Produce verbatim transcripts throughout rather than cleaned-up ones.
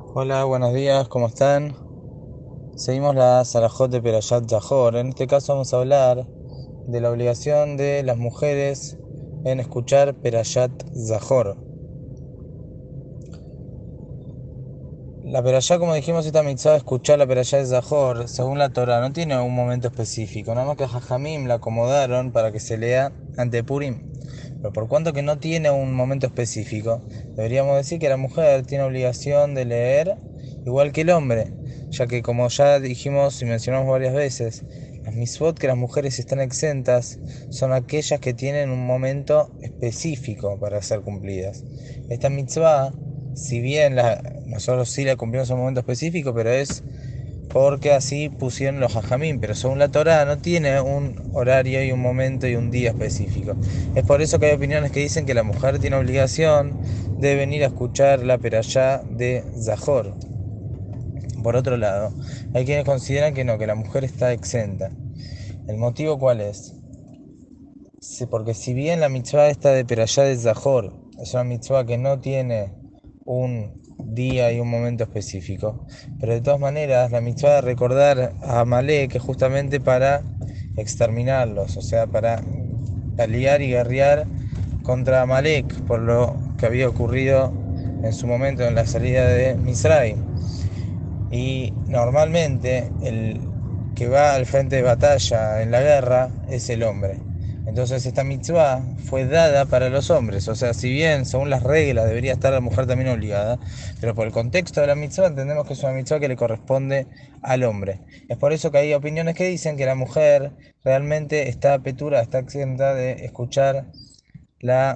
Hola, buenos días, ¿cómo están? Seguimos la Sarajot de Perayat Zahor. En este caso vamos a hablar de la obligación de las mujeres en escuchar Perayat Zahor. La Perayá, como dijimos, esta mitzvah de escuchar la Perayá de Zahor, según la Torah, no tiene un momento específico, nada más que Jajamim la acomodaron para que se lea ante Purim. Pero por cuanto que no tiene un momento específico, deberíamos decir que la mujer tiene obligación de leer igual que el hombre, ya que como ya dijimos y mencionamos varias veces, las mitzvot que las mujeres están exentas son aquellas que tienen un momento específico para ser cumplidas. Esta mitzvah, si bien la, nosotros sí la cumplimos en un momento específico, pero es porque así pusieron los hajamim, pero según la Torah no tiene un horario y un momento y un día específico. Es por eso que hay opiniones que dicen que la mujer tiene obligación de venir a escuchar la perashá de Zahor. Por otro lado, hay quienes consideran que no, que la mujer está exenta. ¿El motivo cuál es? Sí, porque si bien la mitzvah esta de perashá de Zahor es una mitzvah que no tiene un día y un momento específico, pero de todas maneras la mitzvah de recordar a Amalek es justamente para exterminarlos, o sea, para pelear y guerrear contra Amalek por lo que había ocurrido en su momento en la salida de Misraim. Y normalmente el que va al frente de batalla en la guerra es el hombre. Entonces esta mitzvah fue dada para los hombres. O sea, si bien según las reglas debería estar la mujer también obligada, pero por el contexto de la mitzvah entendemos que es una mitzvah que le corresponde al hombre. Es por eso que hay opiniones que dicen que la mujer realmente está petura, está exenta de escuchar la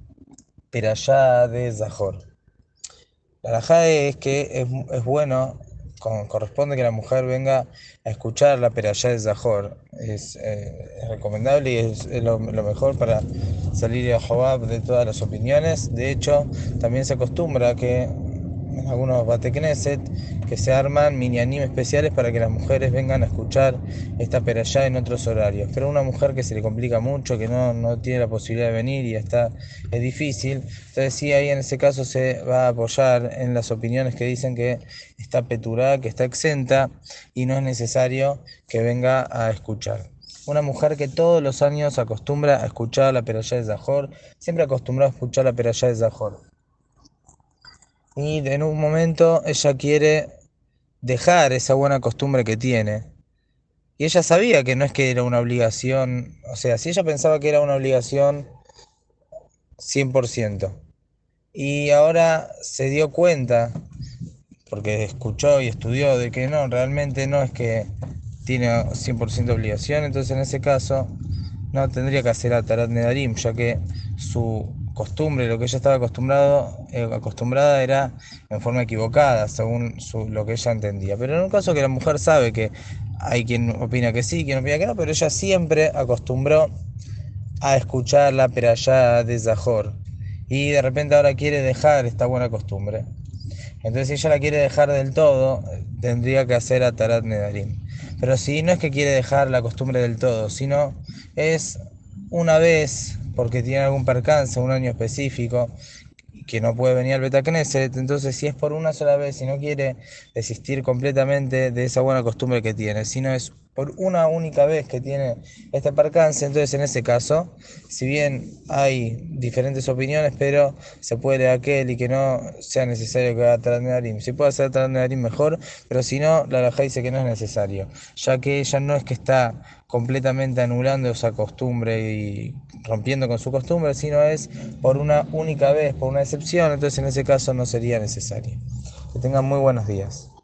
perashá de Zahor. La halajá es que es, es bueno, con- corresponde que la mujer venga a escuchar la perashá de Zahor. Es, eh, es recomendable y es, es lo, lo mejor para salir a Jehová de todas las opiniones. De hecho, también se acostumbra que en algunos batekneset que se arman mini especiales para que las mujeres vengan a escuchar esta perashá en otros horarios. Pero una mujer que se le complica mucho, que no, no tiene la posibilidad de venir y está, es difícil, entonces sí, ahí en ese caso se va a apoyar en las opiniones que dicen que está peturada, que está exenta y no es necesario que venga a escuchar. Una mujer que todos los años acostumbra a escuchar la perashá de Zahor, siempre acostumbrada a escuchar la perashá de Zahor. Y en un momento ella quiere dejar esa buena costumbre que tiene. Y ella sabía que no es que era una obligación, o sea, si ella pensaba que era una obligación cien por ciento, y ahora se dio cuenta, porque escuchó y estudió, de que no, realmente no es que tiene cien por ciento obligación, entonces en ese caso no tendría que hacer Atarat Nedarim, ya que su costumbre, lo que ella estaba acostumbrado, eh, acostumbrada era en forma equivocada, según su, lo que ella entendía. Pero en un caso que la mujer sabe que hay quien opina que sí, quien opina que no, pero ella siempre acostumbró a escuchar la perashá de Zahor. Y de repente ahora quiere dejar esta buena costumbre. Entonces si ella la quiere dejar del todo, tendría que hacer Atarat Nedarim. Pero si no es que quiere dejar la costumbre del todo, sino es una vez, porque tiene algún percance, un año específico, que no puede venir al Betacneset, entonces si es por una sola vez y no quiere desistir completamente de esa buena costumbre que tiene, sino es por una única vez que tiene este percance, entonces en ese caso, si bien hay diferentes opiniones, pero se puede leer aquel y que no sea necesario que haga Tarat. Si puede hacer Tarat mejor, pero si no, la Halajá dice que no es necesario, ya que ella no es que está completamente anulando esa costumbre y rompiendo con su costumbre, sino es por una única vez, por una excepción, entonces en ese caso no sería necesario. Que tengan muy buenos días.